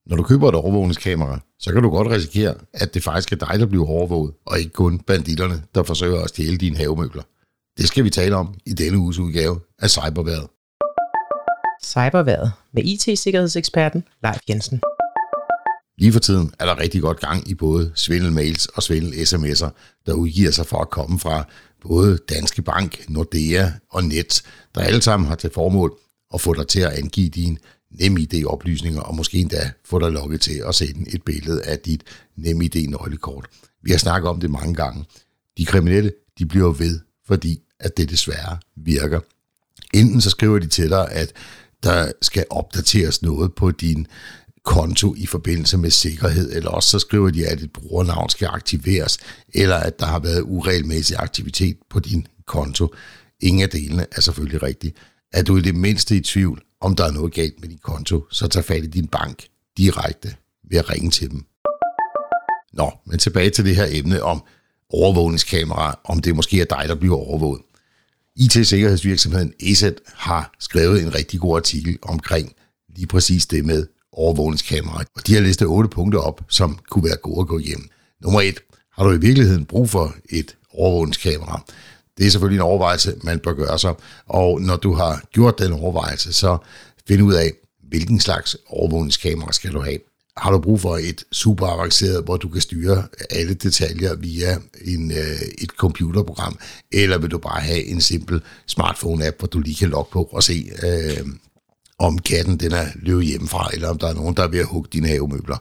Når du køber et overvågningskamera, så kan du godt risikere, at det faktisk er dig, der bliver overvåget, og ikke kun banditterne, der forsøger at stjæle dine havemøbler. Det skal vi tale om i denne uges udgave af Cyberværet. Cyberværet med IT-sikkerhedseksperten Leif Jensen. Lige for tiden er der rigtig godt gang i både svindelmails og svindel-sms'er, der udgiver sig for at komme fra både Danske Bank, Nordea og Nets, der alle sammen har til formål at få dig til at angive dine NemID-oplysninger og måske endda få dig logget til at sende et billede af dit NemID-nøglekort. Vi har snakket om det mange gange. De kriminelle, de bliver ved, fordi at det desværre virker. Enten så skriver de til dig, at der skal opdateres noget på din konto i forbindelse med sikkerhed, eller også så skriver de, at et brugernavn skal aktiveres, eller at der har været uregelmæssig aktivitet på din konto. Ingen af delene er selvfølgelig rigtigt. Er du i det mindste i tvivl, om der er noget galt med din konto, så tag fat i din bank direkte ved at ringe til dem. Nå, men tilbage til det her emne om overvågningskamera, om det måske er dig, der bliver overvåget. IT-sikkerhedsvirksomheden ESET har skrevet en rigtig god artikel omkring lige præcis det med overvågningskamera. Og de har listet 8 punkter op, som kunne være gode at gå igennem. Nummer 1. Har du i virkeligheden brug for et overvågningskamera? Det er selvfølgelig en overvejelse, man bør gøre sig. Og når du har gjort den overvejelse, så find ud af, hvilken slags overvågningskamera skal du have. Har du brug for et super avanceret, hvor du kan styre alle detaljer via et computerprogram, eller vil du bare have en simpel smartphone-app, hvor du lige kan logge på og se, om katten den er løbet hjemmefra, eller om der er nogen, der er ved at hugge dine havemøbler.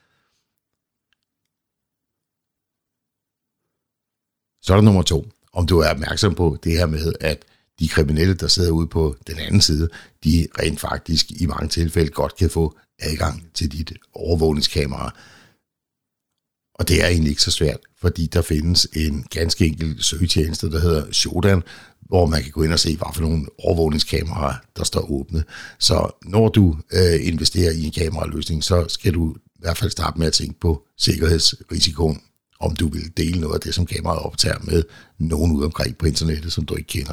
Så er der nummer 2. Om du er opmærksom på det her med, at de kriminelle, der sidder ude på den anden side, de rent faktisk i mange tilfælde godt kan få adgang til dit overvågningskamera. Og det er egentlig ikke så svært, fordi der findes en ganske enkel søgetjeneste, der hedder Shodan, hvor man kan gå ind og se, hvad for nogle overvågningskameraer, der står åbne. Så når du investerer i en kameraløsning, så skal du i hvert fald starte med at tænke på sikkerhedsrisikoen, om du vil dele noget af det, som kameraet optager med nogen ude omkring på internettet, som du ikke kender.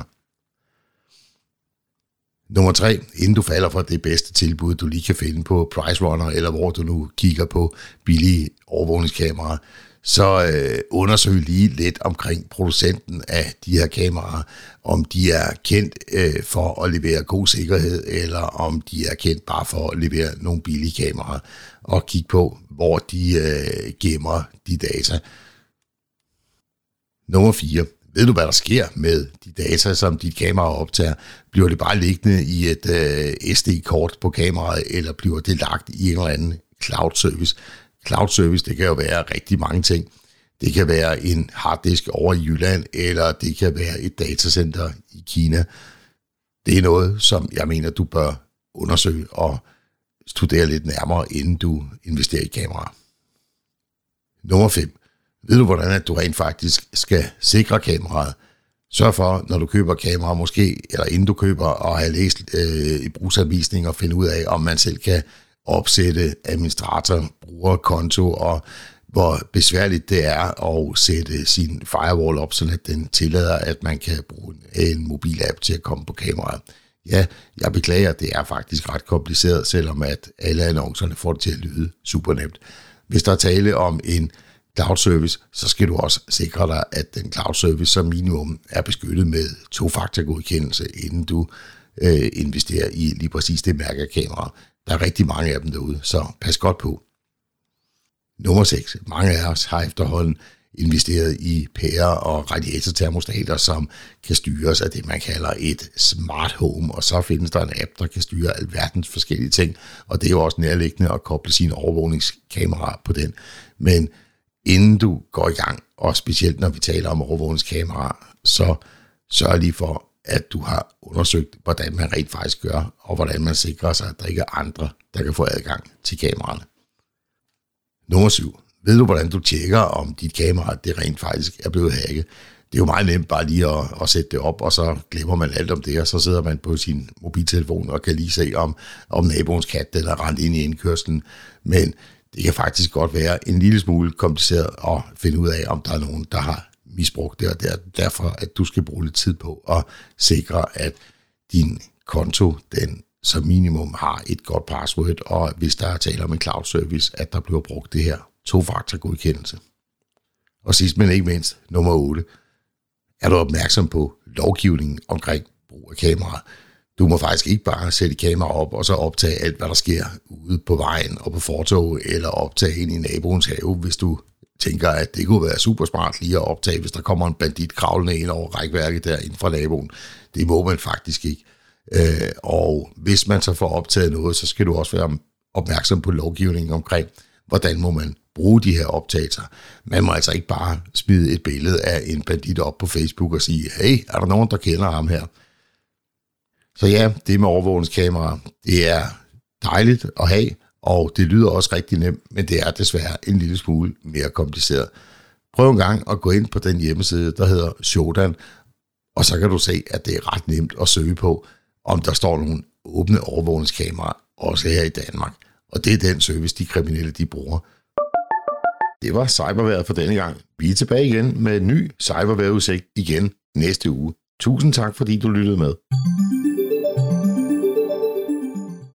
Nummer 3. Inden du falder for det bedste tilbud, du lige kan finde på PriceRunner, eller hvor du nu kigger på billige overvågningskameraer, så undersøg lige lidt omkring producenten af de her kameraer, om de er kendt for at levere god sikkerhed, eller om de er kendt bare for at levere nogle billige kameraer, og kig på, hvor de gemmer de data. Nummer 4. Ved du, hvad der sker med de data, som dit kamera optager? Bliver det bare liggende i et SD-kort på kameraet, eller bliver det lagt i en eller anden cloud service? Cloud service, det kan jo være rigtig mange ting. Det kan være en harddisk over i Jylland, eller det kan være et datacenter i Kina. Det er noget, som jeg mener, du bør undersøge og studere lidt nærmere, inden du investerer i kameraer. Nummer 5. Ved du, hvordan at du rent faktisk skal sikre kameraet? Sørg for, når du køber kamera måske, eller inden du køber, og have læst i brugsanvisninger og finde ud af, om man selv kan opsætte administrator, brugerkonto, og hvor besværligt det er at sætte sin firewall op, så at den tillader, at man kan bruge en mobilapp til at komme på kameraet. Ja, jeg beklager, det er faktisk ret kompliceret, selvom at alle annoncerne får det til at lyde super nemt. Hvis der er tale om en cloud service, så skal du også sikre dig, at den cloud service som minimum er beskyttet med 2-faktor-godkendelse, inden du investerer i lige præcis det mærke af kamera. Der er rigtig mange af dem derude, så pas godt på. Nummer 6. Mange af os har efterhånden investeret i pærer og radiatortermostater, som kan styres af det, man kalder et smart home, og så findes der en app, der kan styre alverdens forskellige ting, og det er jo også nærliggende at koble sine overvågningskamera på den. Men inden du går i gang, og specielt når vi taler om overvågningskameraer, så sørg lige for, at du har undersøgt, hvordan man rent faktisk gør, og hvordan man sikrer sig, at der ikke er andre, der kan få adgang til kameraerne. Nummer 7. Ved du, hvordan du tjekker, om dit kamera det rent faktisk er blevet hacket? Det er jo meget nemt bare lige at sætte det op, og så glemmer man alt om det, og så sidder man på sin mobiltelefon og kan lige se, om naboens kat den er rendt ind i indkørslen. Men det kan faktisk godt være en lille smule kompliceret at finde ud af, om der er nogen, der har misbrugt det, og det er derfor, at du skal bruge lidt tid på at sikre, at din konto den som minimum har et godt password, og hvis der er tale om en cloud service, at der bliver brugt det her tofaktorgodkendelse. Og sidst men ikke mindst, nummer 8, er du opmærksom på lovgivningen omkring brug af kameraer. Du må faktisk ikke bare sætte kamera op og så optage alt, hvad der sker ude på vejen og på fortov, eller optage ind i naboens have, hvis du tænker, at det kunne være super smart lige at optage, hvis der kommer en bandit kravlende ind over rækværket der inden fra naboen. Det må man faktisk ikke. Og hvis man så får optaget noget, så skal du også være opmærksom på lovgivningen omkring, hvordan må man bruge de her optagelser. Man må altså ikke bare smide et billede af en bandit op på Facebook og sige, hey, er der nogen, der kender ham her? Så ja, det med overvågningskamera, det er dejligt at have, og det lyder også rigtig nemt, men det er desværre en lille smule mere kompliceret. Prøv en gang at gå ind på den hjemmeside, der hedder Shodan, og så kan du se, at det er ret nemt at søge på, om der står nogle åbne overvågningskameraer, også her i Danmark. Og det er den service, de kriminelle de bruger. Det var cyberværet for denne gang. Vi er tilbage igen med en ny cyberværetudsigt igen næste uge. Tusind tak, fordi du lyttede med.